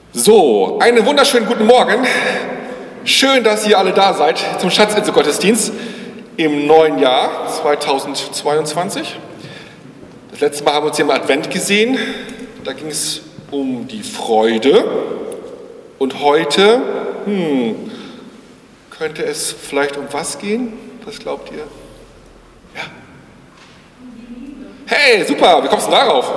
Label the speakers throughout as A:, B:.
A: So, einen wunderschönen guten Morgen. Schön, dass ihr alle da seid zum Schatzinsel-Gottesdienst im neuen Jahr 2022. Das letzte Mal haben wir uns hier im Advent gesehen. Da ging es um die Freude. Und heute, könnte es vielleicht um was gehen? Was glaubt ihr? Ja. Hey, super, wie kommst du darauf?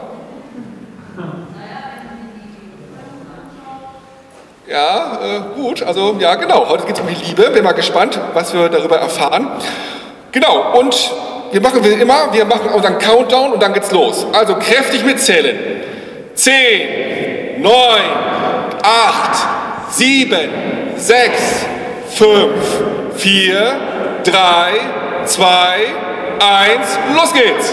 A: Ja, gut, also ja genau, heute geht es um die Liebe. Bin mal gespannt, was wir darüber erfahren. Genau, und wir machen unseren Countdown und dann geht's los. Also kräftig mitzählen. 10, 9, 8, 7, 6, 5, 4, 3, 2, 1, los geht's!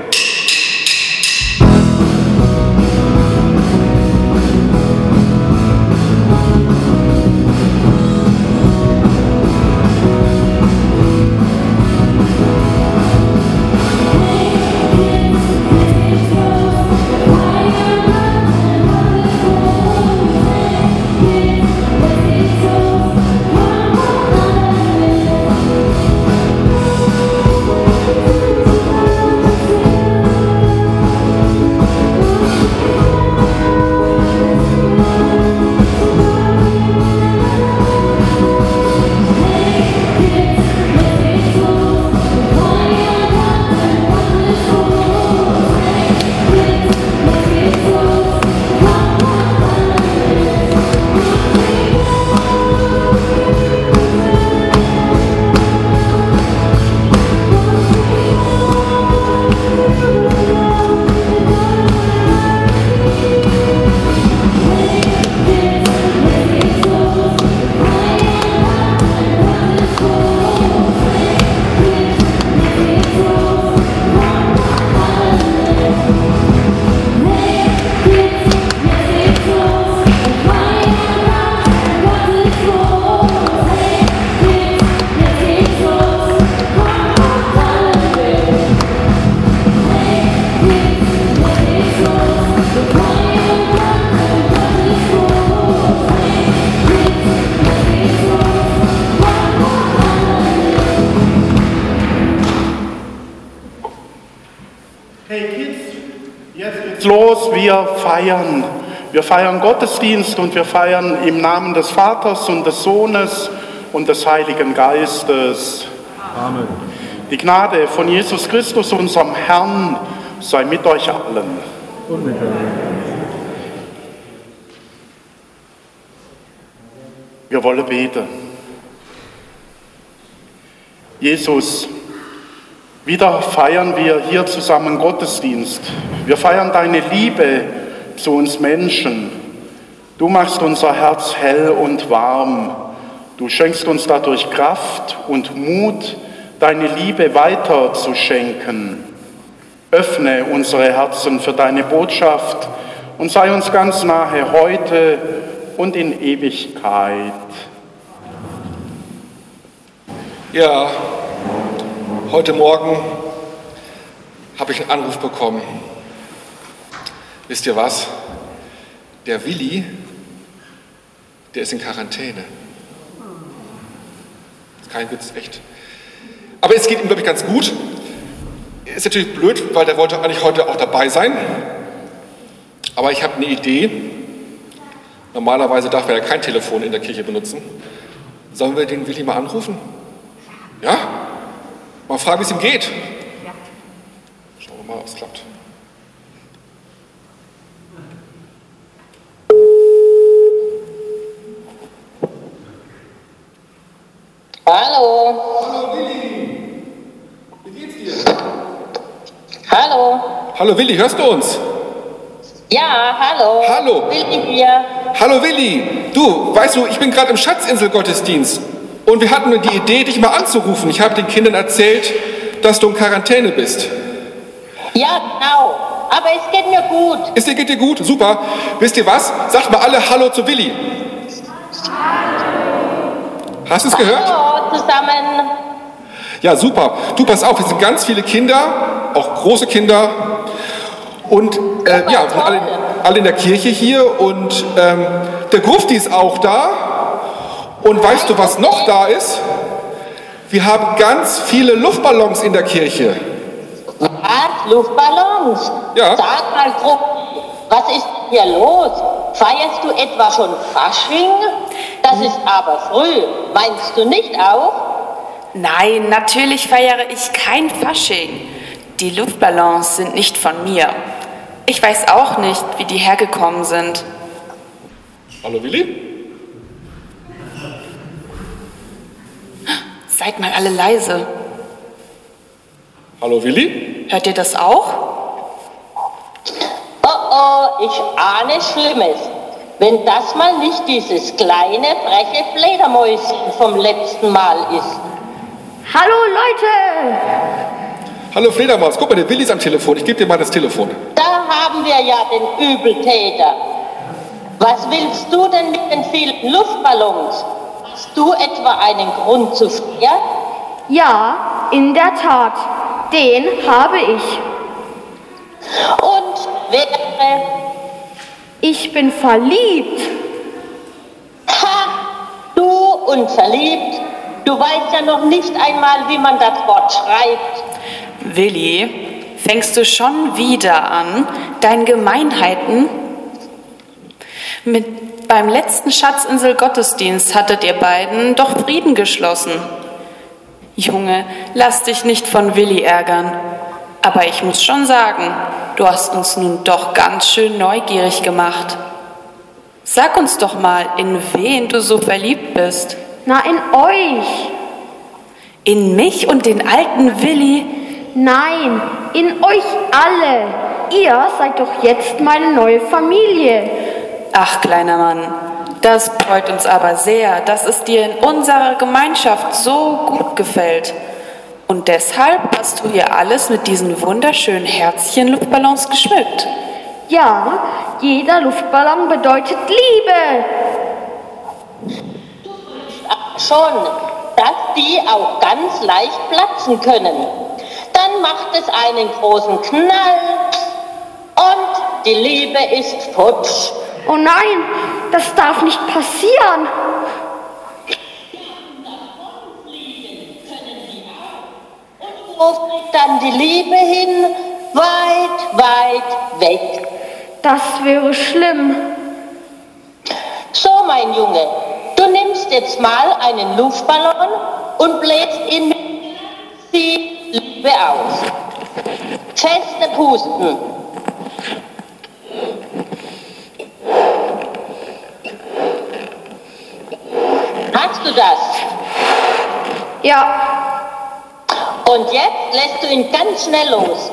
B: Los, wir feiern Gottesdienst und wir feiern im Namen des Vaters und des Sohnes und des Heiligen Geistes.
C: Amen.
B: Die Gnade von Jesus Christus, unserem Herrn, sei mit euch allen.
C: Und mit euch.
B: Wir wollen beten. Jesus, wieder feiern wir hier zusammen Gottesdienst. Wir feiern deine Liebe zu uns Menschen. Du machst unser Herz hell und warm. Du schenkst uns dadurch Kraft und Mut, deine Liebe weiter zu schenken. Öffne unsere Herzen für deine Botschaft und sei uns ganz nahe heute und in Ewigkeit.
A: Ja, heute Morgen habe ich einen Anruf bekommen. Wisst ihr was? Der Willi, der ist in Quarantäne. Das ist kein Witz, echt. Aber es geht ihm, glaube ich, ganz gut. Ist natürlich blöd, weil der wollte eigentlich heute auch dabei sein. Aber ich habe eine Idee. Normalerweise darf man ja kein Telefon in der Kirche benutzen. Sollen wir den Willi mal anrufen? Ja? Mal fragen, wie es ihm geht. Ja. Schauen wir mal, ob es klappt.
D: Hallo.
A: Hallo Willi. Wie geht's dir?
D: Hallo.
A: Hallo Willi, hörst du uns?
D: Ja, hallo.
A: Hallo.
D: Willi hier.
A: Hallo Willi. Du, weißt du, ich bin gerade im Schatzinsel-Gottesdienst und wir hatten die Idee, dich mal anzurufen. Ich habe den Kindern erzählt, dass du in Quarantäne bist.
D: Ja, genau. Aber es geht mir gut.
A: Geht dir gut? Super. Wisst ihr was? Sagt mal alle Hallo zu Willi. Hast du es gehört?
D: Hallo zusammen.
A: Ja, super. Du, pass auf, es sind ganz viele Kinder, auch große Kinder. Und ja, wir sind alle alle in der Kirche hier und der Grufti ist auch da. Und weißt du, was noch da ist? Wir haben ganz viele Luftballons in der Kirche.
D: Was? Luftballons?
A: Ja.
D: Sag mal, Grufti, was ist denn hier los? Feierst du etwa schon Fasching? Das ist aber früh. Meinst du nicht auch?
C: Nein, natürlich feiere ich kein Fasching. Die Luftballons sind nicht von mir. Ich weiß auch nicht, wie die hergekommen sind.
A: Hallo Willi?
C: Seid mal alle leise.
A: Hallo Willi?
C: Hört ihr das auch?
D: Oh, ich ahne Schlimmes. Wenn das mal nicht dieses kleine, freche Fledermäuschen vom letzten Mal ist.
E: Hallo Leute!
A: Hallo Fledermaus, guck mal, der Willi ist am Telefon. Ich gebe dir mal das Telefon.
D: Da haben wir ja den Übeltäter. Was willst du denn mit den vielen Luftballons? Hast du etwa einen Grund zu feiern?
E: Ja, in der Tat. Den habe ich.
D: Und wäre...
E: Ich bin verliebt.
D: Ha! Du und verliebt? Du weißt ja noch nicht einmal, wie man das Wort schreibt.
C: Willi, fängst du schon wieder an, deinen Gemeinheiten? Beim letzten Schatzinsel-Gottesdienst hattet ihr beiden doch Frieden geschlossen. Junge, lass dich nicht von Willi ärgern. Aber ich muss schon sagen, du hast uns nun doch ganz schön neugierig gemacht. Sag uns doch mal, in wen du so verliebt bist.
E: Na, in euch.
C: In mich und den alten Willi?
E: Nein, in euch alle. Ihr seid doch jetzt meine neue Familie.
C: Ach, kleiner Mann, das freut uns aber sehr, dass es dir in unserer Gemeinschaft so gut gefällt. Und deshalb hast du hier alles mit diesen wunderschönen Herzchen-Luftballons geschmückt.
E: Ja, jeder Luftballon bedeutet Liebe.
D: Schon, dass die auch ganz leicht platzen können. Dann macht es einen großen Knall und die Liebe ist futsch.
E: Oh nein, das darf nicht passieren.
D: Wo fliegt dann die Liebe hin? Weit, weit weg.
E: Das wäre schlimm.
D: So, mein Junge, du nimmst jetzt mal einen Luftballon und bläst ihn mit viel Liebe aus. Feste Pusten. Hast du das?
E: Ja,
D: Und jetzt lässt du ihn ganz schnell los.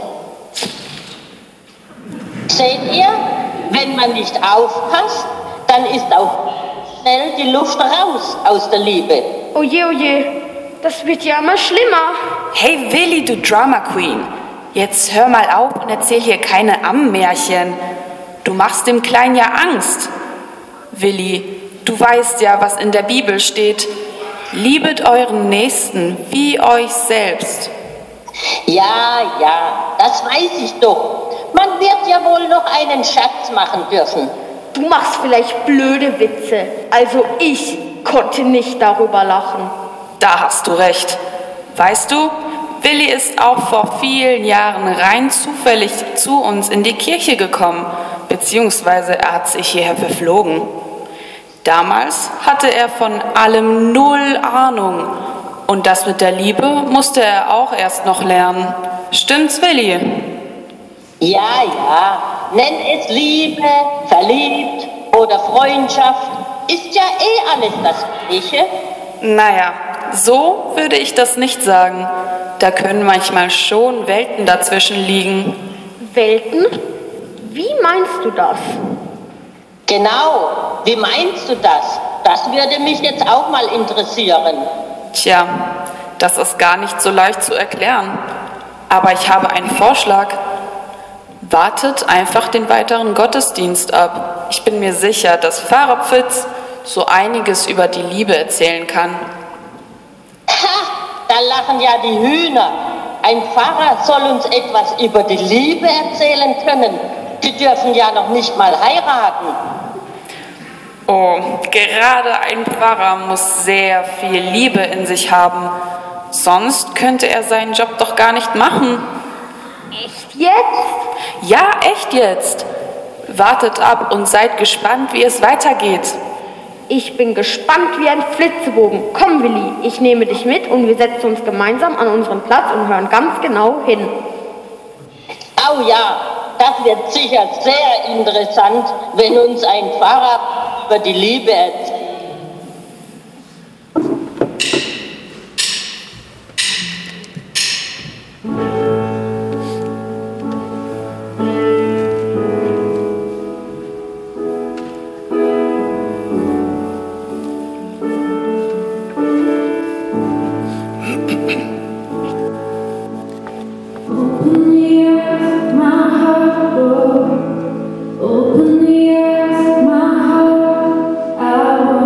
D: Seht ihr, wenn man nicht aufpasst, dann ist auch schnell die Luft raus aus der Liebe.
E: oh je, das wird ja immer schlimmer.
C: Hey Willi, du Drama Queen, jetzt hör mal auf und erzähl hier keine Ammenmärchen. Du machst dem Kleinen ja Angst. Willi, du weißt ja, was in der Bibel steht. Liebet euren Nächsten wie euch selbst.
D: Ja, das weiß ich doch. Man wird ja wohl noch einen Schatz machen dürfen.
E: Du machst vielleicht blöde Witze. Also ich konnte nicht darüber lachen.
C: Da hast du recht. Weißt du, Willi ist auch vor vielen Jahren rein zufällig zu uns in die Kirche gekommen, beziehungsweise er hat sich hierher verflogen. Damals hatte er von allem null Ahnung und das mit der Liebe musste er auch erst noch lernen. Stimmt's, Willi?
D: Ja, nenn es Liebe, verliebt oder Freundschaft, ist ja eh alles das Gleiche.
C: Naja, so würde ich das nicht sagen. Da können manchmal schon Welten dazwischen liegen.
E: Welten? Wie meinst du das?
D: Genau, wie meinst du das? Das würde mich jetzt auch mal interessieren.
C: Tja, das ist gar nicht so leicht zu erklären. Aber ich habe einen Vorschlag. Wartet einfach den weiteren Gottesdienst ab. Ich bin mir sicher, dass Pfarrer Pfitz so einiges über die Liebe erzählen kann.
D: Ha, da lachen ja die Hühner. Ein Pfarrer soll uns etwas über die Liebe erzählen können. Die dürfen ja noch nicht mal heiraten.
C: Oh, gerade ein Pfarrer muss sehr viel Liebe in sich haben. Sonst könnte er seinen Job doch gar nicht machen.
E: Echt jetzt?
C: Ja, echt jetzt. Wartet ab und seid gespannt, wie es weitergeht.
E: Ich bin gespannt wie ein Flitzebogen. Komm, Willi, ich nehme dich mit und wir setzen uns gemeinsam an unseren Platz und hören ganz genau hin.
D: Oh ja, das wird sicher sehr interessant, wenn uns ein Pfarrer über die Liebe erzählt.
F: Open the earth, my heart, I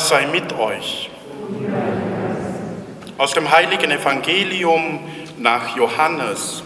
B: sei mit euch. Aus dem heiligen Evangelium nach Johannes.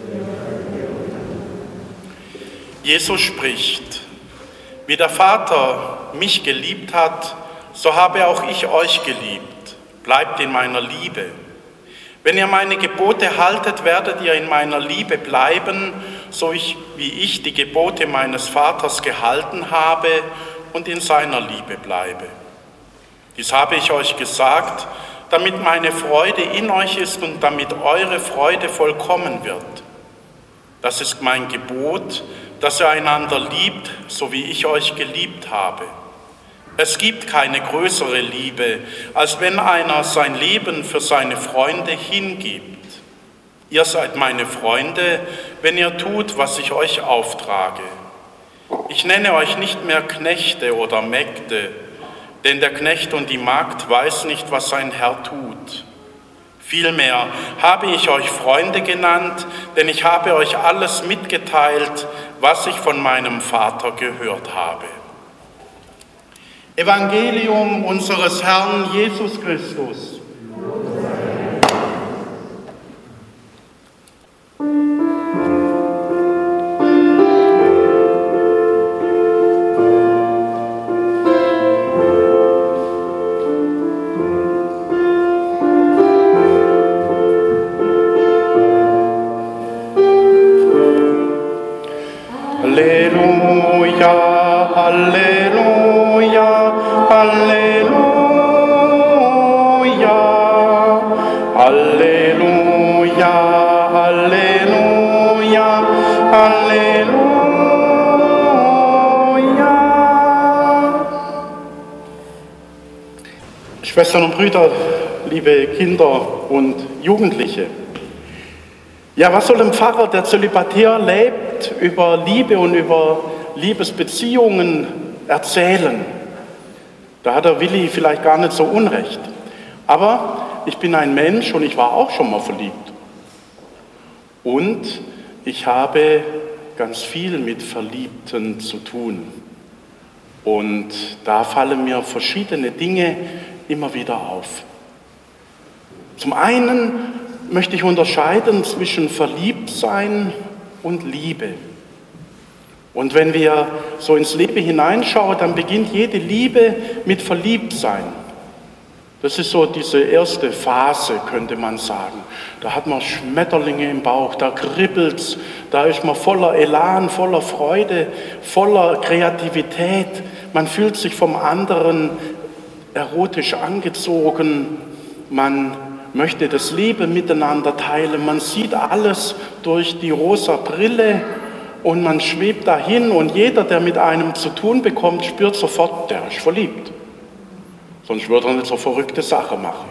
B: Jesus spricht: Wie der Vater mich geliebt hat, so habe auch ich euch geliebt. Bleibt in meiner Liebe. Wenn ihr meine Gebote haltet, werdet ihr in meiner Liebe bleiben, so wie ich die Gebote meines Vaters gehalten habe und in seiner Liebe bleibe. Dies habe ich euch gesagt, damit meine Freude in euch ist und damit eure Freude vollkommen wird. Das ist mein Gebot, dass ihr einander liebt, so wie ich euch geliebt habe. Es gibt keine größere Liebe, als wenn einer sein Leben für seine Freunde hingibt. Ihr seid meine Freunde, wenn ihr tut, was ich euch auftrage. Ich nenne euch nicht mehr Knechte oder Mägde, denn der Knecht und die Magd weiß nicht, was sein Herr tut. Vielmehr habe ich euch Freunde genannt, denn ich habe euch alles mitgeteilt, was ich von meinem Vater gehört habe. Evangelium unseres Herrn Jesus Christus. Halleluja, Halleluja, Halleluja, Halleluja, Halleluja, Halleluja. Schwestern und Brüder, liebe Kinder und Jugendliche. Ja, was soll ein Pfarrer, der zölibatär lebt, über Liebe und über Liebesbeziehungen erzählen? Da hat der Willi vielleicht gar nicht so unrecht. Aber ich bin ein Mensch und ich war auch schon mal verliebt. Und ich habe ganz viel mit Verliebten zu tun. Und da fallen mir verschiedene Dinge immer wieder auf. Zum einen möchte ich unterscheiden zwischen Verliebtsein und Liebe. Und wenn wir so ins Leben hineinschauen, dann beginnt jede Liebe mit Verliebtsein. Das ist so diese erste Phase, könnte man sagen. Da hat man Schmetterlinge im Bauch, da kribbelt's, da ist man voller Elan, voller Freude, voller Kreativität. Man fühlt sich vom anderen erotisch angezogen, man möchte das Leben miteinander teilen. Man sieht alles durch die rosa Brille und man schwebt dahin und jeder, der mit einem zu tun bekommt, spürt sofort, der ist verliebt. Sonst würde er nicht so verrückte Sachen machen.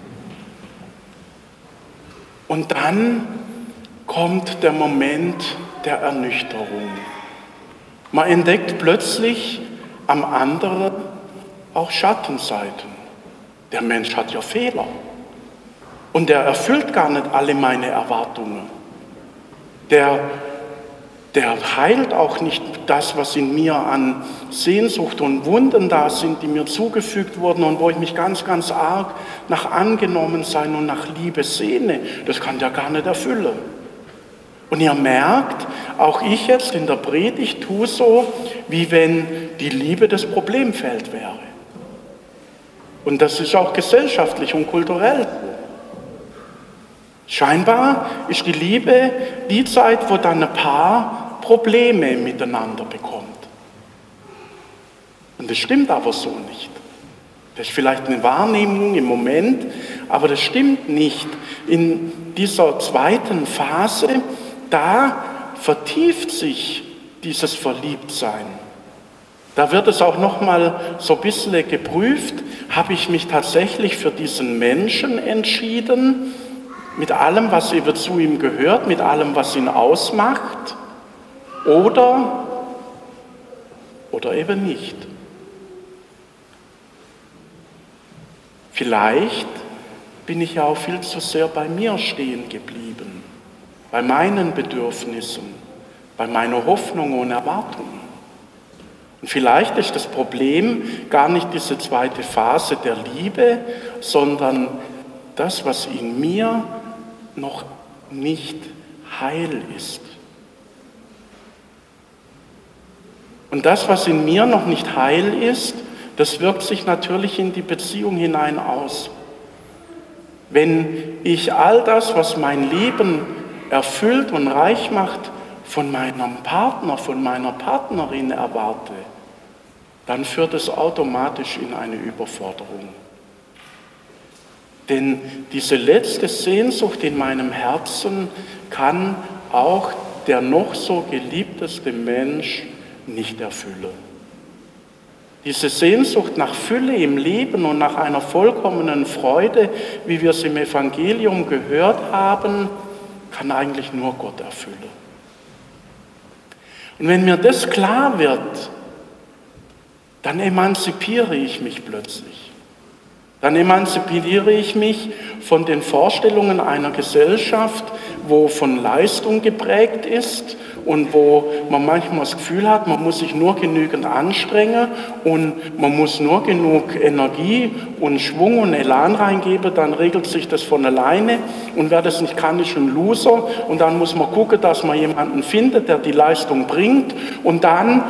B: Und dann kommt der Moment der Ernüchterung. Man entdeckt plötzlich am anderen auch Schattenseiten. Der Mensch hat ja Fehler. Und der erfüllt gar nicht alle meine Erwartungen. Der heilt auch nicht das, was in mir an Sehnsucht und Wunden da sind, die mir zugefügt wurden und wo ich mich ganz, ganz arg nach Angenommensein und nach Liebe sehne. Das kann der gar nicht erfüllen. Und ihr merkt, auch ich jetzt in der Predigt tue so, wie wenn die Liebe das Problemfeld wäre. Und das ist auch gesellschaftlich und kulturell. Scheinbar ist die Liebe die Zeit, wo dann ein Paar Probleme miteinander bekommt. Und das stimmt aber so nicht. Das ist vielleicht eine Wahrnehmung im Moment, aber das stimmt nicht. In dieser zweiten Phase, da vertieft sich dieses Verliebtsein. Da wird es auch nochmal so ein bisschen geprüft, habe ich mich tatsächlich für diesen Menschen entschieden, mit allem, was eben zu ihm gehört, mit allem, was ihn ausmacht, oder eben nicht. Vielleicht bin ich ja auch viel zu sehr bei mir stehen geblieben, bei meinen Bedürfnissen, bei meiner Hoffnung und Erwartungen. Und vielleicht ist das Problem gar nicht diese zweite Phase der Liebe, sondern das, was in mir noch nicht heil ist. Und das, was in mir noch nicht heil ist, das wirkt sich natürlich in die Beziehung hinein aus. Wenn ich all das, was mein Leben erfüllt und reich macht, von meinem Partner, von meiner Partnerin erwarte, dann führt es automatisch in eine Überforderung. Denn diese letzte Sehnsucht in meinem Herzen kann auch der noch so geliebteste Mensch nicht erfüllen. Diese Sehnsucht nach Fülle im Leben und nach einer vollkommenen Freude, wie wir es im Evangelium gehört haben, kann eigentlich nur Gott erfüllen. Und wenn mir das klar wird, dann emanzipiere ich mich plötzlich. Dann emanzipiere ich mich von den Vorstellungen einer Gesellschaft, wo von Leistung geprägt ist und wo man manchmal das Gefühl hat, man muss sich nur genügend anstrengen und man muss nur genug Energie und Schwung und Elan reingeben, dann regelt sich das von alleine und wer das nicht kann, ist ein Loser und dann muss man gucken, dass man jemanden findet, der die Leistung bringt und dann.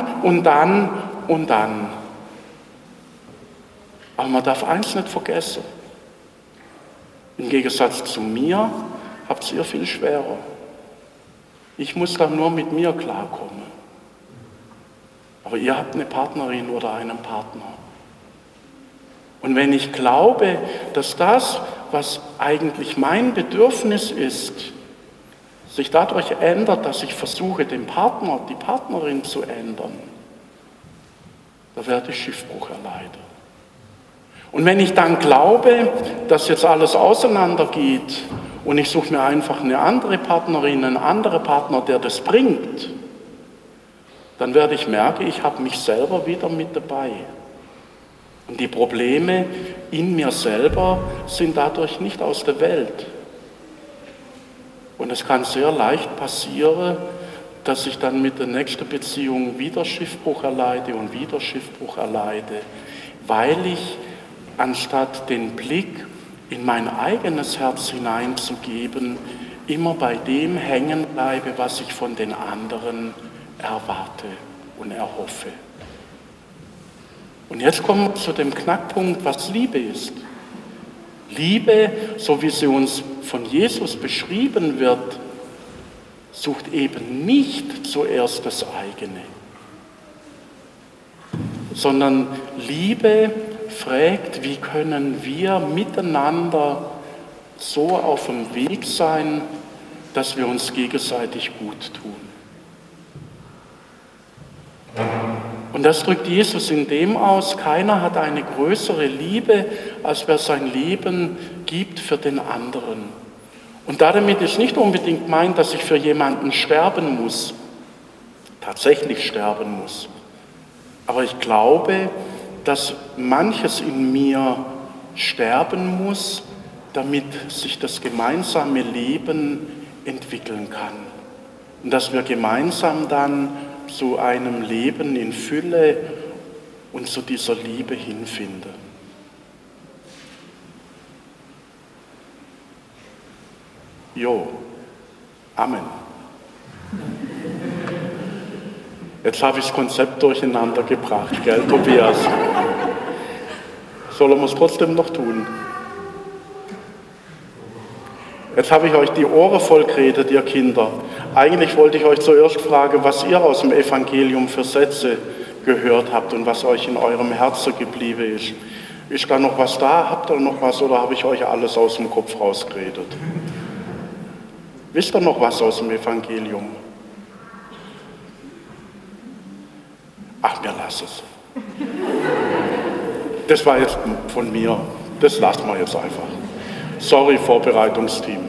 B: Aber man darf eins nicht vergessen. Im Gegensatz zu mir habt ihr viel schwerer. Ich muss da nur mit mir klarkommen. Aber ihr habt eine Partnerin oder einen Partner. Und wenn ich glaube, dass das, was eigentlich mein Bedürfnis ist, sich dadurch ändert, dass ich versuche, den Partner, die Partnerin zu ändern, da werde ich Schiffbruch erleiden. Und wenn ich dann glaube, dass jetzt alles auseinandergeht und ich suche mir einfach eine andere Partnerin, einen anderen Partner, der das bringt, dann werde ich merken, ich habe mich selber wieder mit dabei. Und die Probleme in mir selber sind dadurch nicht aus der Welt. Und es kann sehr leicht passieren, dass ich dann mit der nächsten Beziehung wieder Schiffbruch erleide und wieder Schiffbruch erleide, weil ich anstatt den Blick in mein eigenes Herz hineinzugeben, immer bei dem hängen bleibe, was ich von den anderen erwarte und erhoffe. Und jetzt kommen wir zu dem Knackpunkt, was Liebe ist. Liebe, so wie sie uns von Jesus beschrieben wird, sucht eben nicht zuerst das eigene, sondern Liebe fragt, wie können wir miteinander so auf dem Weg sein, dass wir uns gegenseitig gut tun. Und das drückt Jesus in dem aus, keiner hat eine größere Liebe, als wer sein Leben gibt für den anderen. Und damit ist nicht unbedingt gemeint, dass ich für jemanden sterben muss, tatsächlich sterben muss. Aber ich glaube, dass manches in mir sterben muss, damit sich das gemeinsame Leben entwickeln kann. Und dass wir gemeinsam dann zu einem Leben in Fülle und zu dieser Liebe hinfinden. Jo, Amen. Jetzt habe ich das Konzept durcheinander gebracht, gell, Tobias? Sollen wir es trotzdem noch tun? Jetzt habe ich euch die Ohren voll geredet, ihr Kinder. Eigentlich wollte ich euch zuerst fragen, was ihr aus dem Evangelium für Sätze gehört habt und was euch in eurem Herzen geblieben ist. Ist da noch was da? Habt ihr noch was oder habe ich euch alles aus dem Kopf rausgeredet? Wisst ihr noch was aus dem Evangelium? Ach, wir lassen es. Das war jetzt von mir. Das lassen wir jetzt einfach. Sorry, Vorbereitungsteam.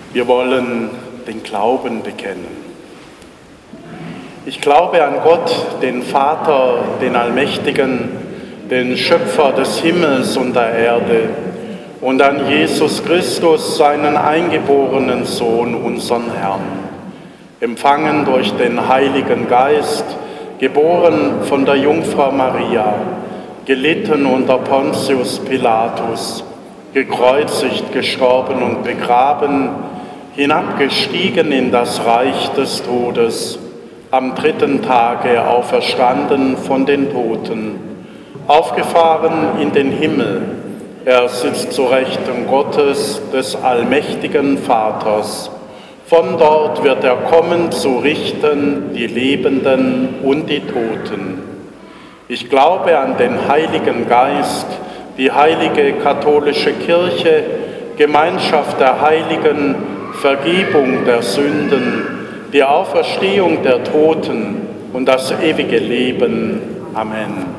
B: Wir wollen den Glauben bekennen. Ich glaube an Gott, den Vater, den Allmächtigen, den Schöpfer des Himmels und der Erde, und an Jesus Christus, seinen eingeborenen Sohn, unseren Herrn, empfangen durch den Heiligen Geist, geboren von der Jungfrau Maria, gelitten unter Pontius Pilatus, gekreuzigt, gestorben und begraben, hinabgestiegen in das Reich des Todes, am 3. Tage auferstanden von den Toten, aufgefahren in den Himmel. Er sitzt zu Rechten Gottes, des allmächtigen Vaters. Von dort wird er kommen, zu richten die Lebenden und die Toten. Ich glaube an den Heiligen Geist, die heilige katholische Kirche, Gemeinschaft der Heiligen, Vergebung der Sünden, die Auferstehung der Toten und das ewige Leben. Amen.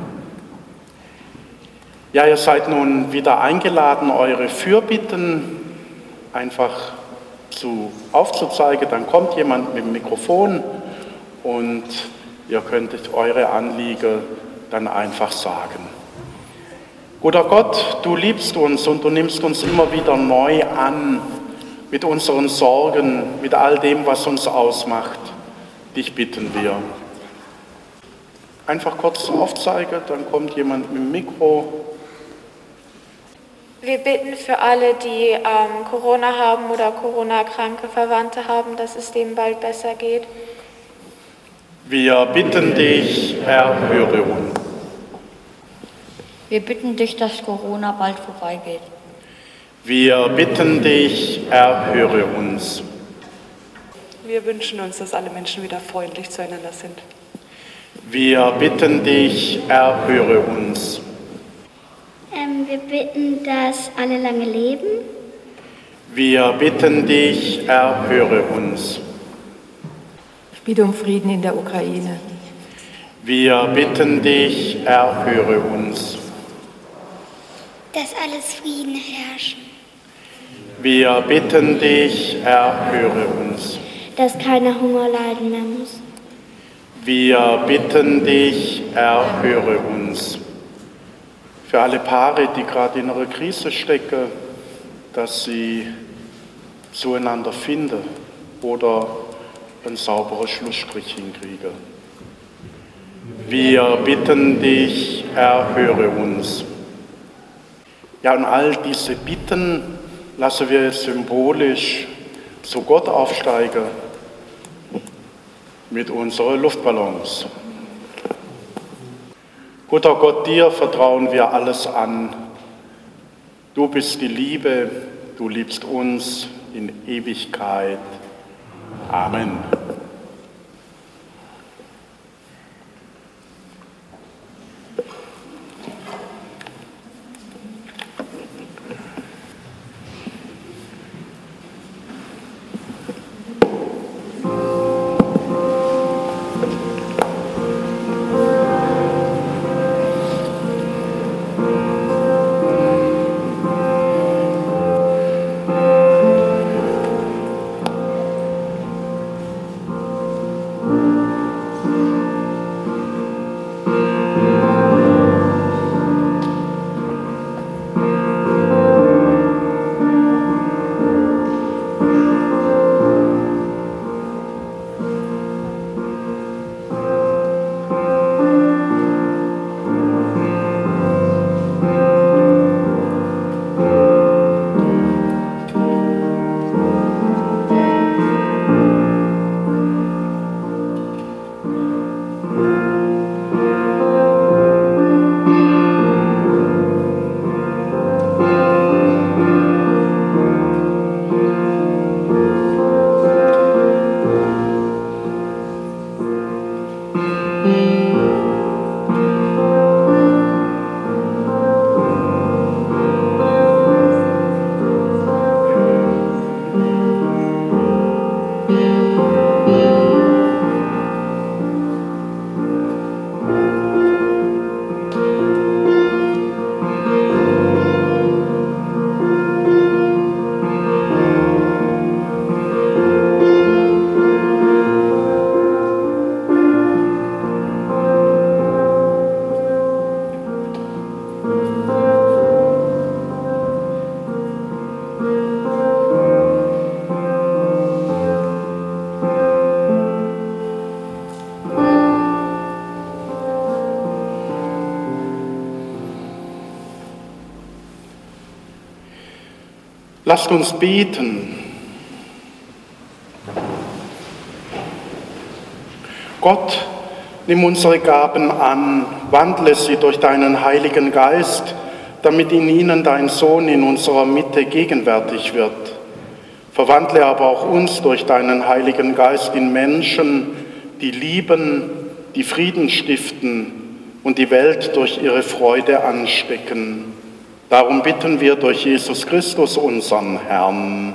B: Ja, ihr seid nun wieder eingeladen, eure Fürbitten einfach aufzuzeigen. Dann kommt jemand mit dem Mikrofon und ihr könntet eure Anliegen dann einfach sagen. Guter Gott, du liebst uns und du nimmst uns immer wieder neu an mit unseren Sorgen, mit all dem, was uns ausmacht. Dich bitten wir. Einfach kurz aufzeigen, dann kommt jemand mit dem Mikro.
F: Wir bitten für alle, die Corona haben oder Corona-kranke Verwandte haben, dass es denen bald besser geht.
B: Wir bitten dich, erhöre uns.
G: Wir bitten dich, dass Corona bald vorbeigeht.
B: Wir bitten dich, erhöre uns.
H: Wir wünschen uns, dass alle Menschen wieder freundlich zueinander sind.
B: Wir bitten dich, erhöre uns.
I: Wir bitten, dass alle lange leben.
B: Wir bitten dich, erhöre uns.
J: Ich bitte um Frieden in der Ukraine.
B: Wir bitten dich, erhöre uns.
I: Dass alles Frieden herrschen.
B: Wir bitten dich, erhöre uns.
I: Dass keiner Hunger leiden mehr muss.
B: Wir bitten dich, erhöre uns. Für alle Paare, die gerade in einer Krise stecken, dass sie zueinander finden oder einen sauberen Schlussstrich hinkriegen. Wir bitten dich, erhöre uns. Ja, und all diese Bitten lassen wir jetzt symbolisch zu Gott aufsteigen mit unseren Luftballons. Guter Gott, dir vertrauen wir alles an. Du bist die Liebe, du liebst uns in Ewigkeit. Amen. Lasst uns beten. Gott, nimm unsere Gaben an, wandle sie durch deinen Heiligen Geist, damit in ihnen dein Sohn in unserer Mitte gegenwärtig wird. Verwandle aber auch uns durch deinen Heiligen Geist in Menschen, die lieben, die Frieden stiften und die Welt durch ihre Freude anstecken. Darum bitten wir durch Jesus Christus, unseren Herrn.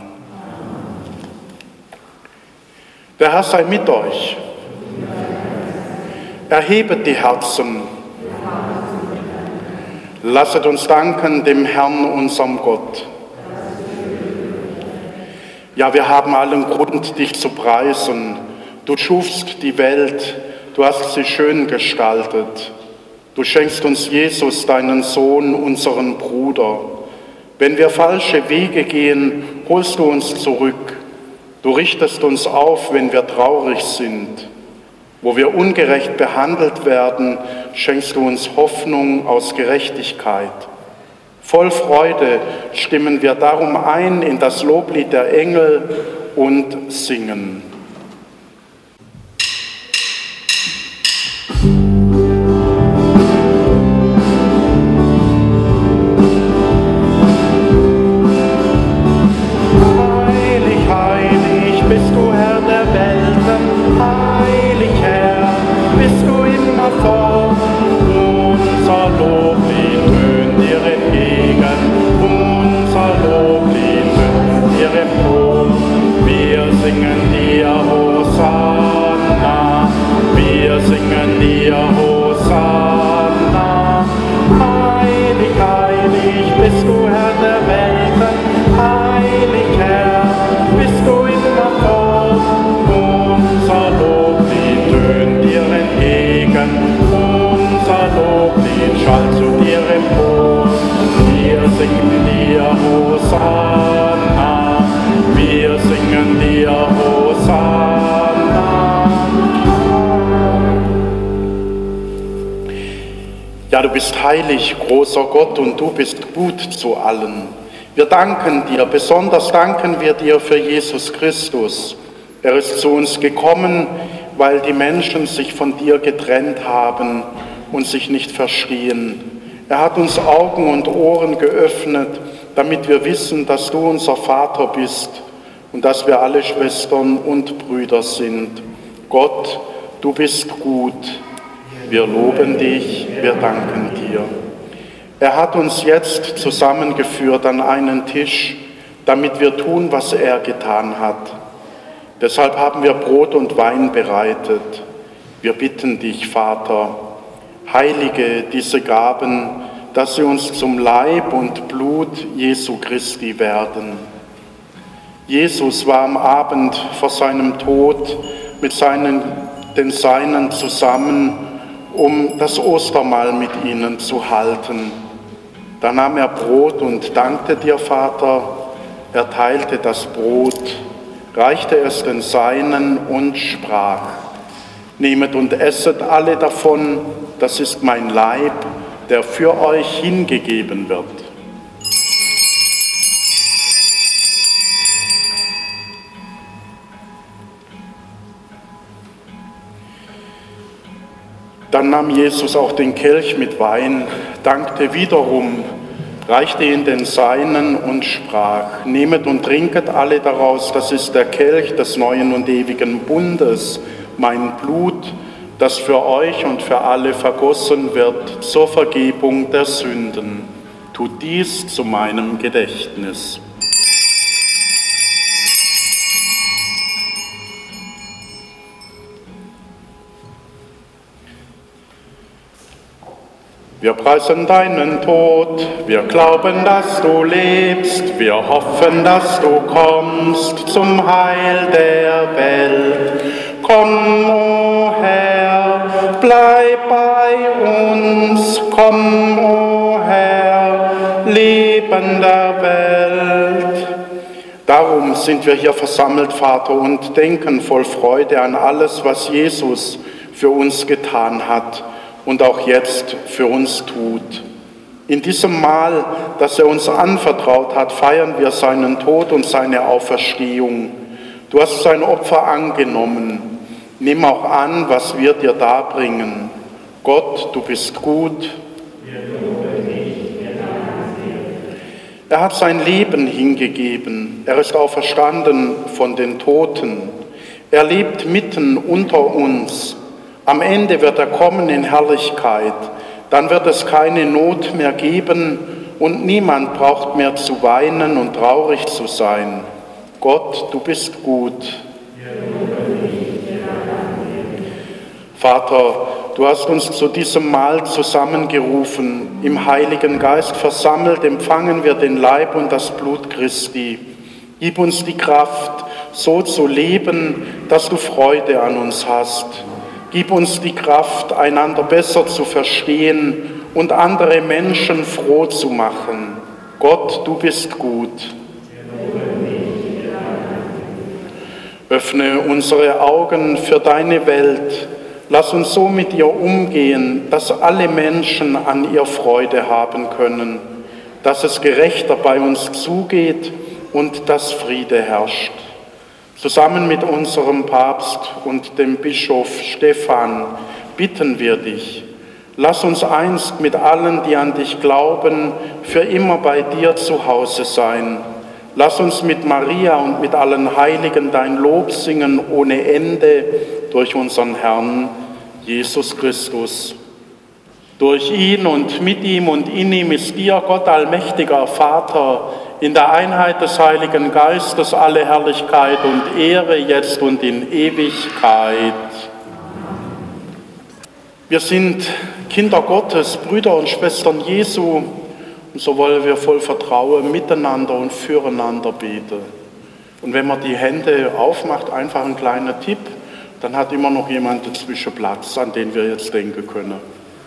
B: Der Herr sei mit euch. Erhebet die Herzen. Lasset uns danken dem Herrn, unserem Gott. Ja, wir haben allen Grund, dich zu preisen. Du schufst die Welt, du hast sie schön gestaltet. Du schenkst uns Jesus, deinen Sohn, unseren Bruder. Wenn wir falsche Wege gehen, holst du uns zurück. Du richtest uns auf, wenn wir traurig sind. Wo wir ungerecht behandelt werden, schenkst du uns Hoffnung aus Gerechtigkeit. Voll Freude stimmen wir darum ein in das Loblied der Engel und singen. Ja, du bist heilig, großer Gott, und du bist gut zu allen. Wir danken dir, besonders danken wir dir für Jesus Christus. Er ist zu uns gekommen, weil die Menschen sich von dir getrennt haben und sich nicht verstehen. Er hat uns Augen und Ohren geöffnet, damit wir wissen, dass du unser Vater bist und dass wir alle Schwestern und Brüder sind. Gott, du bist gut. Wir loben dich, wir danken dir. Er hat uns jetzt zusammengeführt an einen Tisch, damit wir tun, was er getan hat. Deshalb haben wir Brot und Wein bereitet. Wir bitten dich, Vater, heilige diese Gaben, dass sie uns zum Leib und Blut Jesu Christi werden. Jesus war am Abend vor seinem Tod mit den Seinen zusammen, um das Ostermahl mit ihnen zu halten. Da nahm er Brot und dankte dir, Vater. Er teilte das Brot, reichte es den Seinen und sprach: Nehmet und esset alle davon, das ist mein Leib, der für euch hingegeben wird. Dann nahm Jesus auch den Kelch mit Wein, dankte wiederum, reichte ihn den Seinen und sprach: Nehmet und trinket alle daraus, das ist der Kelch des neuen und ewigen Bundes, mein Blut, das für euch und für alle vergossen wird zur Vergebung der Sünden. Tut dies zu meinem Gedächtnis. Wir preisen deinen Tod, wir glauben, dass du lebst, wir hoffen, dass du kommst zum Heil der Welt. Komm, o Herr, bleib bei uns, komm, o Herr, Leben der Welt. Darum sind wir hier versammelt, Vater, und denken voll Freude an alles, was Jesus für uns getan hat und auch jetzt für uns tut. In diesem Mahl, das er uns anvertraut hat, feiern wir seinen Tod und seine Auferstehung. Du hast sein Opfer angenommen. Nimm auch an, was wir dir darbringen. Gott, du bist gut. Er hat sein Leben hingegeben. Er ist auferstanden von den Toten. Er lebt mitten unter uns. Am Ende wird er kommen in Herrlichkeit. Dann wird es keine Not mehr geben und niemand braucht mehr zu weinen und traurig zu sein. Gott, du bist gut. Vater, du hast uns zu diesem Mahl zusammengerufen. Im Heiligen Geist versammelt empfangen wir den Leib und das Blut Christi. Gib uns die Kraft, so zu leben, dass du Freude an uns hast. Gib uns die Kraft, einander besser zu verstehen und andere Menschen froh zu machen. Gott, du bist gut. Öffne unsere Augen für deine Welt. Lass uns so mit ihr umgehen, dass alle Menschen an ihr Freude haben können, dass es gerechter bei uns zugeht und dass Friede herrscht. Zusammen mit unserem Papst und dem Bischof Stephan bitten wir dich, lass uns einst mit allen, die an dich glauben, für immer bei dir zu Hause sein. Lass uns mit Maria und mit allen Heiligen dein Lob singen ohne Ende durch unseren Herrn Jesus Christus. Durch ihn und mit ihm und in ihm ist dir, Gott allmächtiger Vater, in der Einheit des Heiligen Geistes alle Herrlichkeit und Ehre, jetzt und in Ewigkeit. Wir sind Kinder Gottes, Brüder und Schwestern Jesu, und so wollen wir voll Vertrauen miteinander und füreinander beten. Und wenn man die Hände aufmacht, einfach ein kleiner Tipp, dann hat immer noch jemand dazwischen Platz, an den wir jetzt denken können.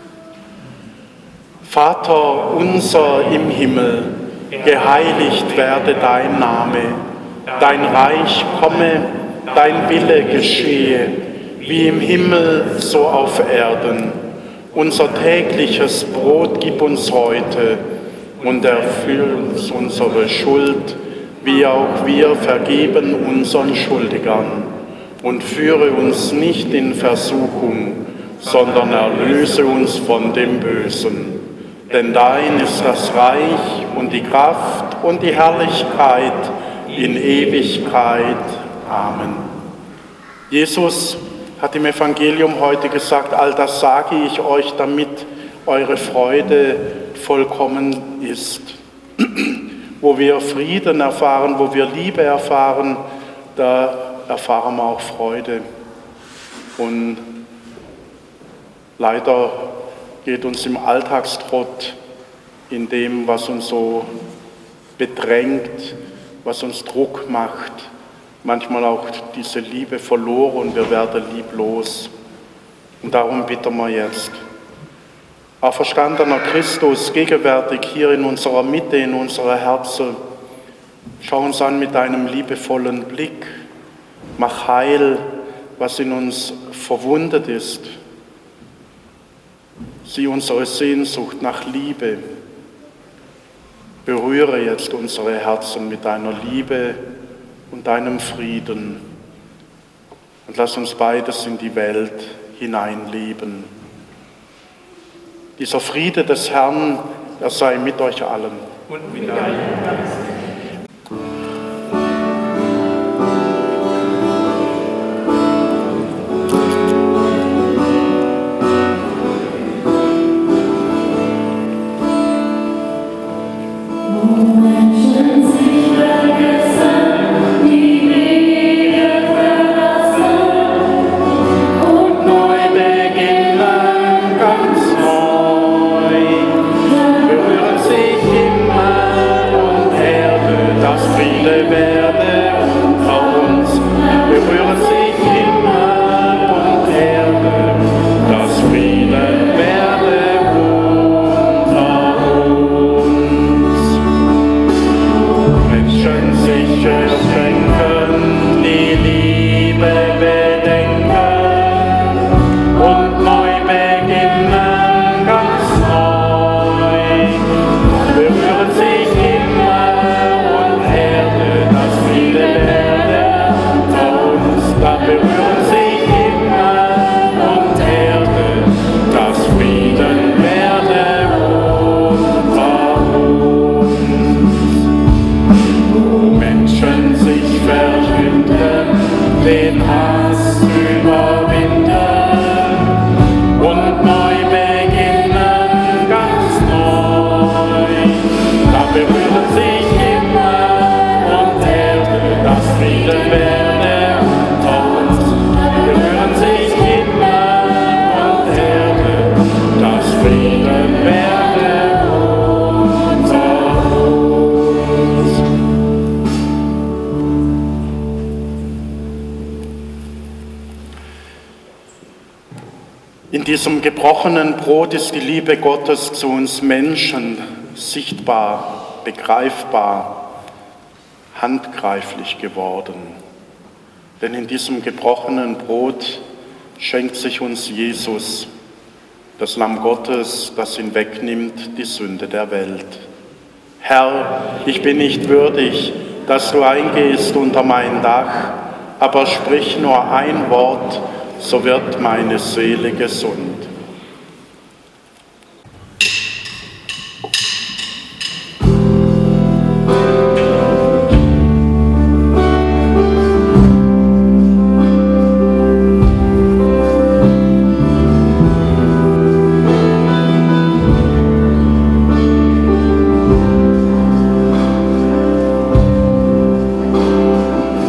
B: Vater unser im Himmel, geheiligt werde dein Name, dein Reich komme, dein Wille geschehe, wie im Himmel so auf Erden. Unser tägliches Brot gib uns heute und erfüll uns unsere Schuld, wie auch wir vergeben unseren Schuldigern. Und führe uns nicht in Versuchung, sondern erlöse uns von dem Bösen. Denn dein ist das Reich und die Kraft und die Herrlichkeit in Ewigkeit. Amen. Jesus hat im Evangelium heute gesagt, all das sage ich euch, damit eure Freude vollkommen ist. Wo wir Frieden erfahren, wo wir Liebe erfahren, da erfahren wir auch Freude. Und leider geht uns im Alltagstrott, in dem, was uns so bedrängt, was uns Druck macht, manchmal auch diese Liebe verloren und wir werden lieblos. Und darum bitten wir jetzt. Auferstandener Christus, gegenwärtig hier in unserer Mitte, in unserer Herzen, schau uns an mit deinem liebevollen Blick. Mach heil, was in uns verwundet ist. Sieh unsere Sehnsucht nach Liebe. Berühre jetzt unsere Herzen mit deiner Liebe und deinem Frieden. Und lass uns beides in die Welt hineinleben. Dieser Friede des Herrn, er sei mit euch allen. Und mit deinem Geist. Berühren sich Himmel und Erde. den Hass überwinden und neu beginnen, ganz neu. Da berühren sich Himmel und Erde, das Frieden werde unter uns. Berühren sich Himmel und Erde, das Frieden werde unter uns. In diesem gebrochenen Brot ist die Liebe Gottes zu uns Menschen sichtbar, begreifbar, handgreiflich geworden. Denn in diesem gebrochenen Brot schenkt sich uns Jesus, das Lamm Gottes, das hinwegnimmt die Sünde der Welt. Herr, ich bin nicht würdig, dass du eingehst unter mein Dach, aber sprich nur ein Wort, so wird meine Seele gesund.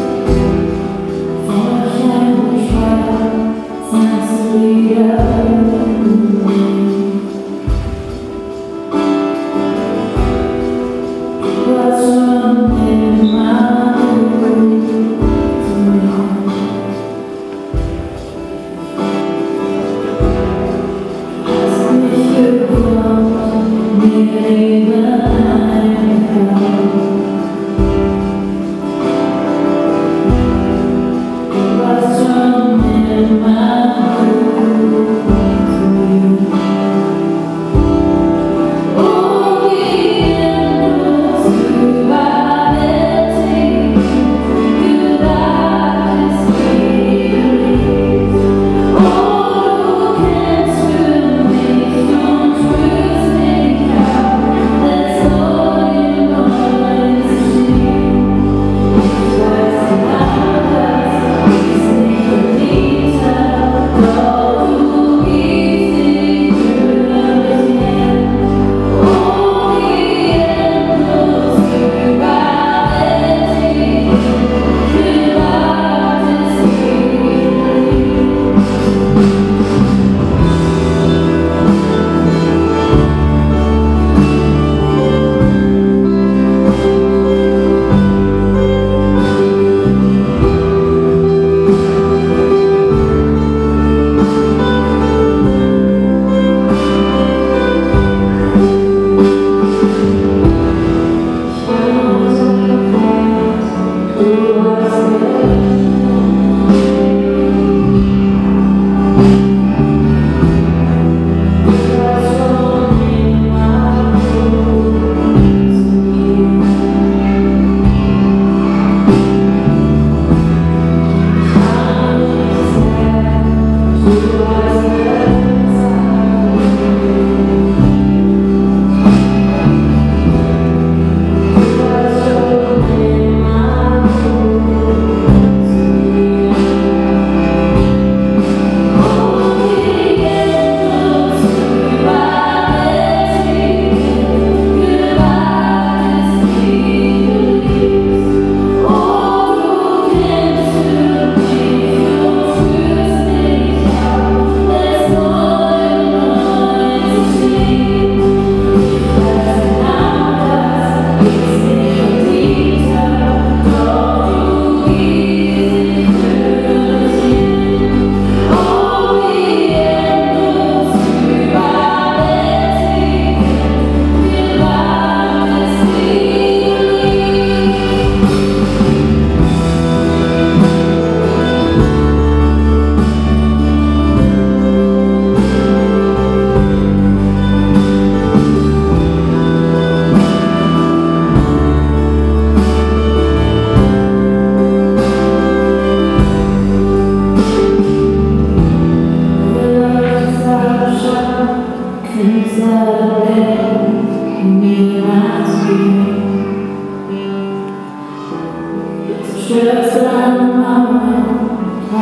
K: Yeah.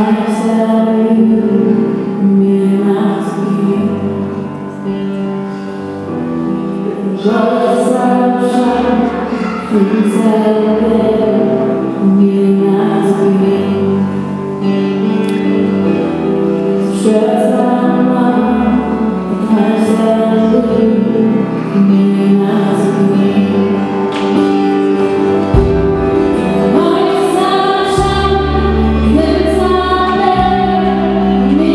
K: Mir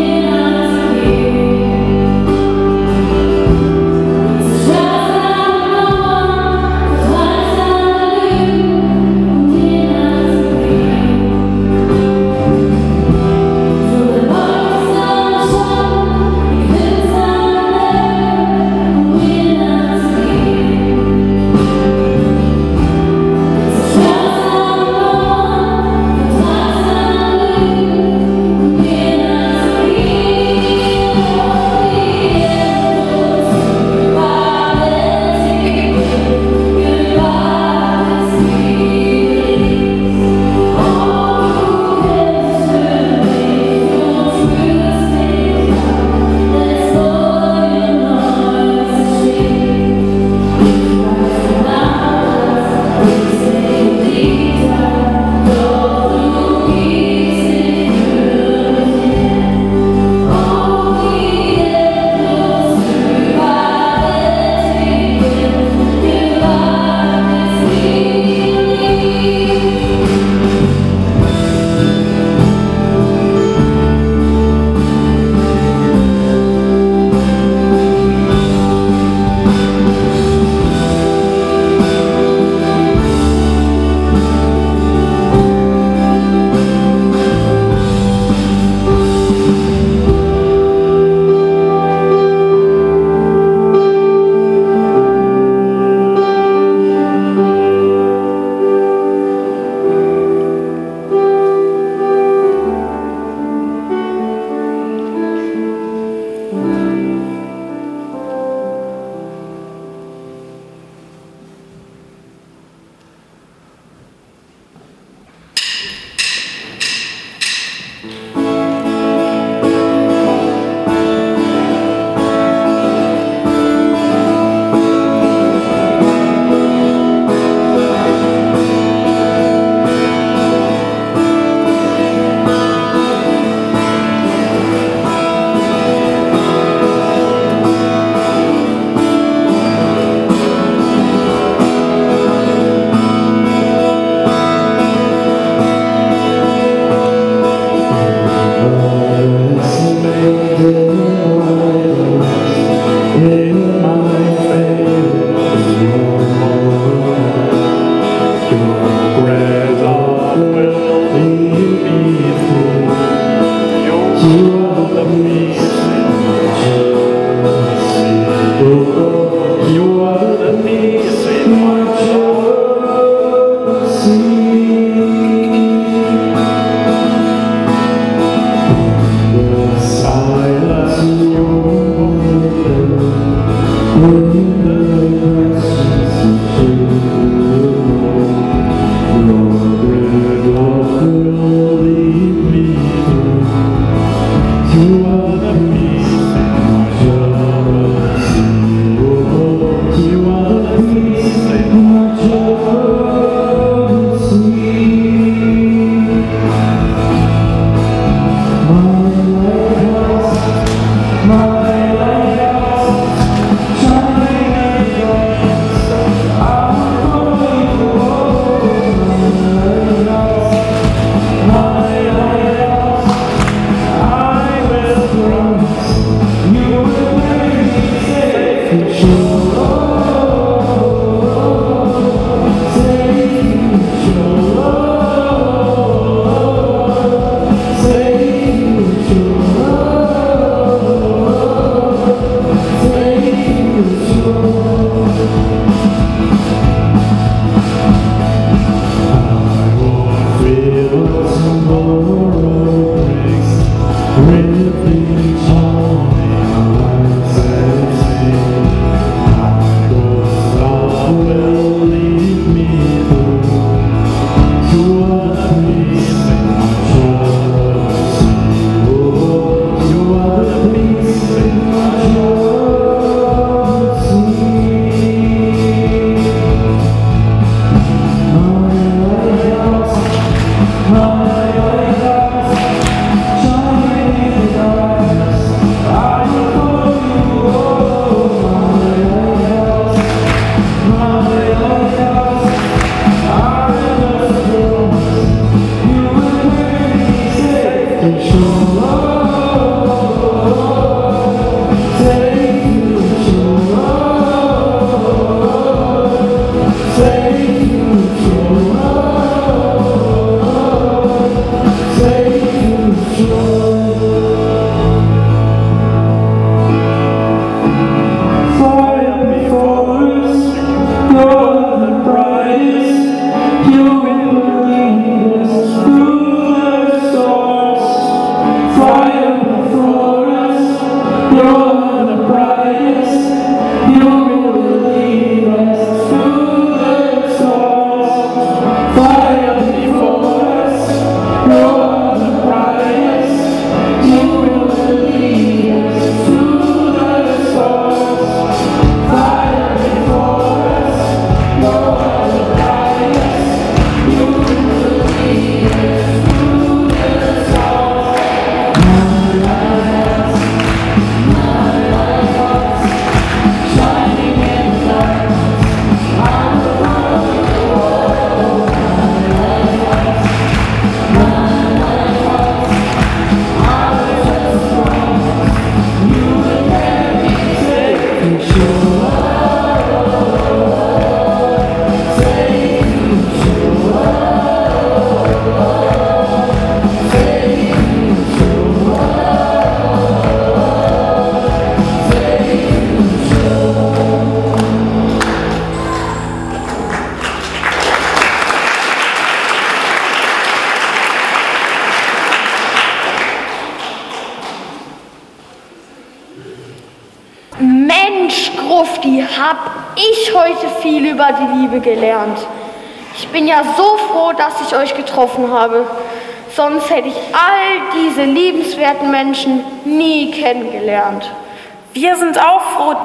E: Grufti, hab ich heute viel über die Liebe gelernt. Ich bin ja so froh, dass ich euch getroffen habe. Sonst hätte ich all diese liebenswerten Menschen nie kennengelernt.
C: Wir sind auch froh,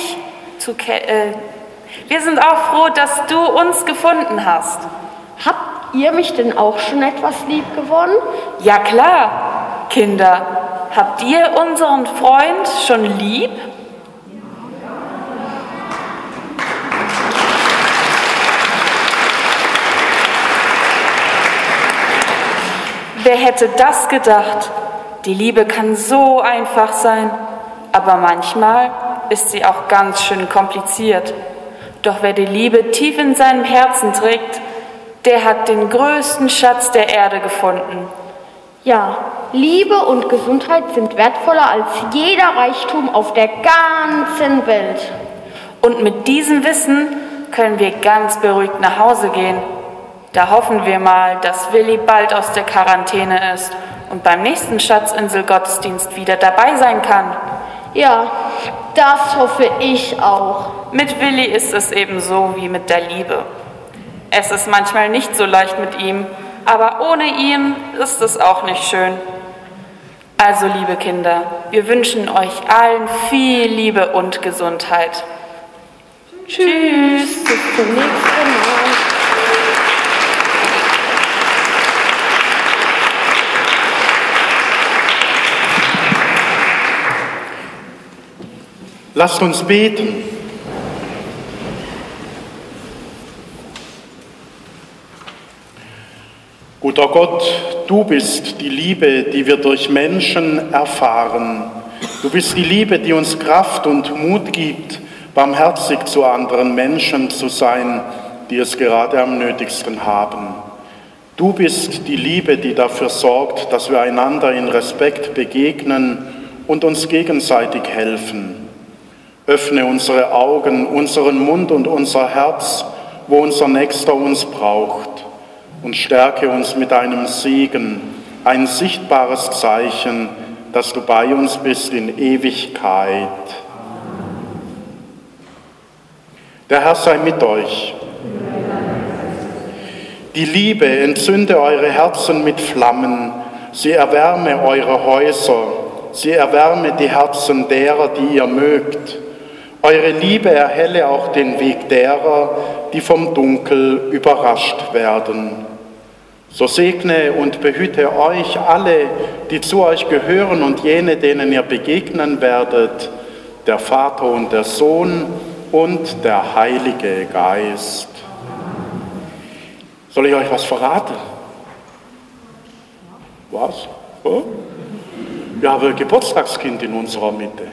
C: dass du uns gefunden hast.
E: Habt ihr mich denn auch schon etwas lieb gewonnen?
C: Ja klar, Kinder. Habt ihr unseren Freund schon lieb? Wer hätte das gedacht? Die Liebe kann so einfach sein, aber manchmal ist sie auch ganz schön kompliziert. Doch wer die Liebe tief in seinem Herzen trägt, der hat den größten Schatz der Erde gefunden.
E: Ja, Liebe und Gesundheit sind wertvoller als jeder Reichtum auf der ganzen Welt.
C: Und mit diesem Wissen können wir ganz beruhigt nach Hause gehen. Da hoffen wir mal, dass Willi bald aus der Quarantäne ist und beim nächsten Schatzinsel-Gottesdienst wieder dabei sein kann.
E: Ja, das hoffe ich auch.
C: Mit Willi ist es ebenso wie mit der Liebe. Es ist manchmal nicht so leicht mit ihm, aber ohne ihn ist es auch nicht schön. Also, liebe Kinder, wir wünschen euch allen viel Liebe und Gesundheit. Tschüss,
E: bis zum nächsten Mal.
B: Lasst uns beten. Guter Gott, du bist die Liebe, die wir durch Menschen erfahren. Du bist die Liebe, die uns Kraft und Mut gibt, barmherzig zu anderen Menschen zu sein, die es gerade am nötigsten haben. Du bist die Liebe, die dafür sorgt, dass wir einander in Respekt begegnen und uns gegenseitig helfen. Öffne unsere Augen, unseren Mund und unser Herz, wo unser Nächster uns braucht, und stärke uns mit deinem Segen, ein sichtbares Zeichen, dass du bei uns bist in Ewigkeit. Der Herr sei mit euch. Die Liebe entzünde eure Herzen mit Flammen, sie erwärme eure Häuser, sie erwärme die Herzen derer, die ihr mögt. Eure Liebe erhelle auch den Weg derer, die vom Dunkel überrascht werden. So segne und behüte euch alle, die zu euch gehören und jene, denen ihr begegnen werdet, der Vater und der Sohn und der Heilige Geist. Soll ich euch was verraten? Was? Oh? Wir haben ein Geburtstagskind in unserer Mitte.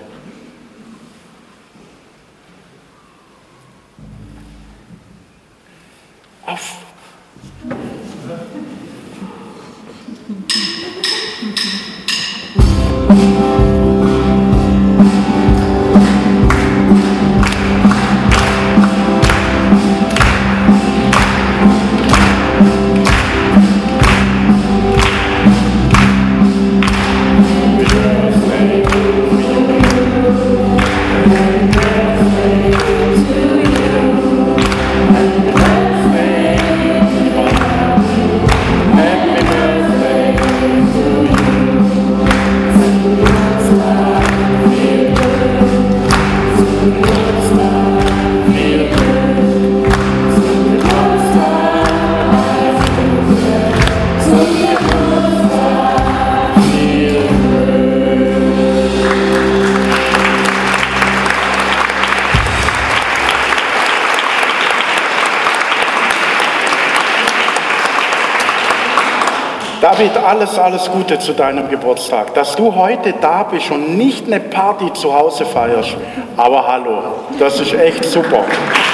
B: Auf. David, alles Gute zu deinem Geburtstag. Dass du heute da bist und nicht eine Party zu Hause feierst. Aber hallo, das ist echt super.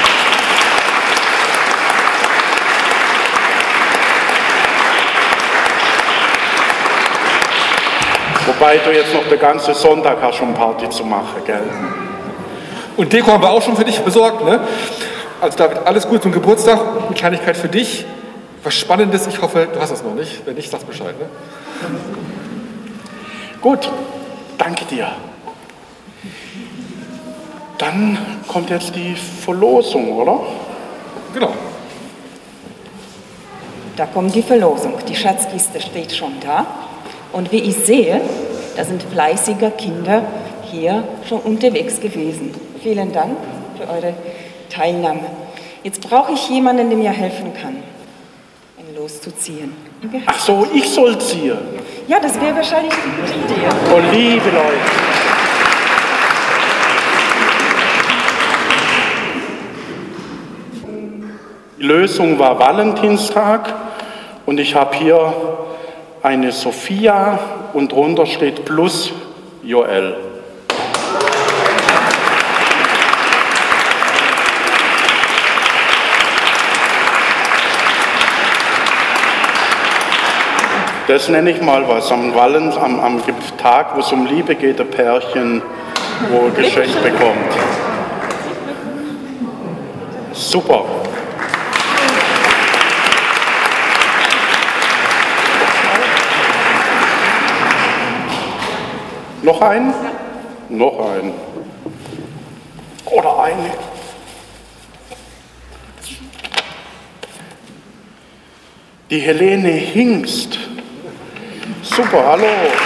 B: Wobei du jetzt noch den ganzen Sonntag hast, um Party zu machen, gell?
A: Und Deko haben wir auch schon für dich besorgt, ne? Also David, alles Gute zum Geburtstag. Eine Kleinigkeit für dich. Was Spannendes, ich hoffe, du hast es noch nicht. Wenn nicht, sagst Bescheid, ne?
B: Gut, danke dir. Dann kommt jetzt die Verlosung, oder?
A: Genau.
K: Da kommt die Verlosung. Die Schatzkiste steht schon da. Und wie ich sehe, da sind fleißige Kinder hier schon unterwegs gewesen. Vielen Dank für eure Teilnahme. Jetzt brauche ich jemanden, der mir helfen kann, ein Los zu ziehen.
B: Ach so, ich soll ziehen?
K: Ja, das wäre wahrscheinlich die gute Idee.
B: Oh, liebe Leute. Die Lösung war Valentinstag und ich habe hier eine Sophia und drunter steht plus Joel. Das nenne ich mal was. Am Tag, wo es um Liebe geht, ein Pärchen, wo ein Geschenk bekommt. Super. Noch ein? Noch ein. Oder eine. Die Helene Hingst. Super, hallo.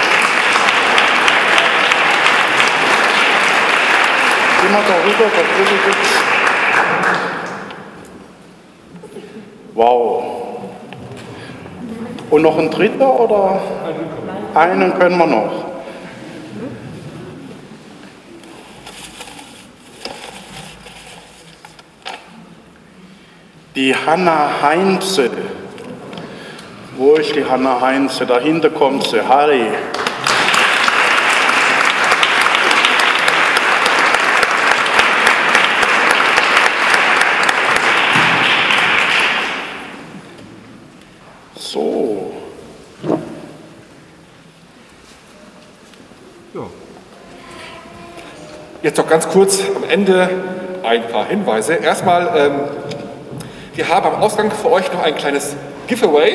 B: Geh mal da rüber, da drüben gibt's. Wow. Und noch ein dritter oder? Einen können wir noch. Die Hanna Heinze. Wo ist die Hanna Heinze? Dahinter kommt sie. Harry. So.
A: Ja. Jetzt noch ganz kurz am Ende ein paar Hinweise. Erstmal, wir haben am Ausgang für euch noch ein kleines Giveaway.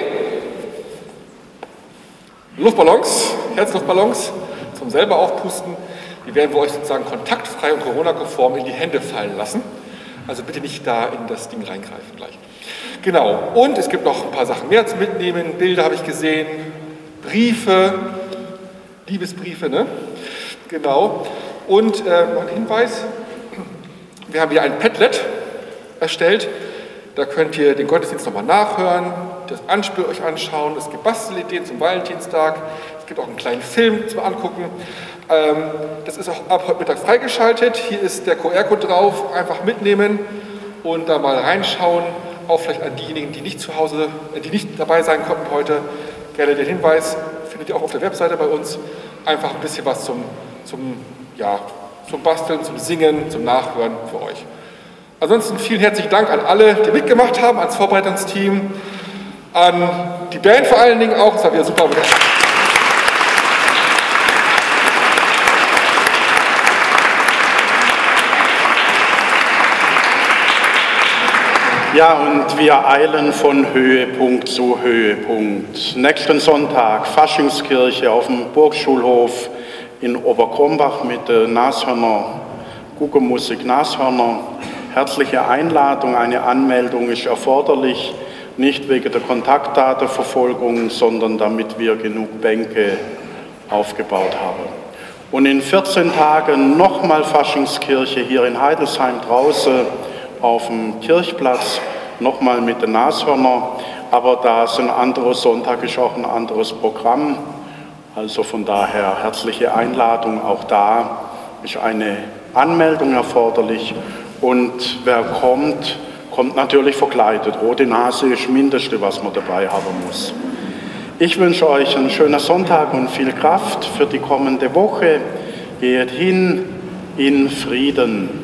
A: Luftballons, Herzluftballons zum selber aufpusten. Die werden wir euch sozusagen kontaktfrei und Corona-konform in die Hände fallen lassen. Also bitte nicht da in das Ding reingreifen gleich. Genau, und es gibt noch ein paar Sachen mehr zu mitnehmen. Bilder habe ich gesehen, Briefe, Liebesbriefe, ne? Genau. Und noch ein Hinweis, wir haben hier ein Padlet erstellt. Da könnt ihr den Gottesdienst nochmal nachhören, das Anspiel euch anschauen. Es gibt Bastelideen zum Valentinstag. Es gibt auch einen kleinen Film zum Angucken. Das ist auch ab heute Mittag freigeschaltet. Hier ist der QR-Code drauf. Einfach mitnehmen und da mal reinschauen. Auch vielleicht an diejenigen, die nicht zu Hause, die nicht dabei sein konnten heute. Gerne den Hinweis, findet ihr auch auf der Webseite bei uns. Einfach ein bisschen was zum Basteln, zum Singen, zum Nachhören für euch. Ansonsten vielen herzlichen Dank an alle, die mitgemacht haben, ans Vorbereitungsteam, an die Band vor allen Dingen auch. Es war wieder super.
B: Ja, und wir eilen von Höhepunkt zu Höhepunkt. Nächsten Sonntag Faschingskirche auf dem Burgschulhof in Oberkrombach mit Nashörner, Guggenmusik Nashörner. Herzliche Einladung, eine Anmeldung ist erforderlich, nicht wegen der Kontaktdatenverfolgung, sondern damit wir genug Bänke aufgebaut haben. Und in 14 Tagen nochmal Faschingskirche hier in Heidelsheim draußen auf dem Kirchplatz, nochmal mit den Nashörner, aber da ist ein anderer Sonntag, ist auch ein anderes Programm. Also von daher herzliche Einladung, auch da ist eine Anmeldung erforderlich. Und wer kommt, kommt natürlich verkleidet. Rote Nase ist das Mindeste, was man dabei haben muss. Ich wünsche euch einen schönen Sonntag und viel Kraft für die kommende Woche. Geht hin in Frieden.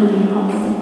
L: Anliegen kommen.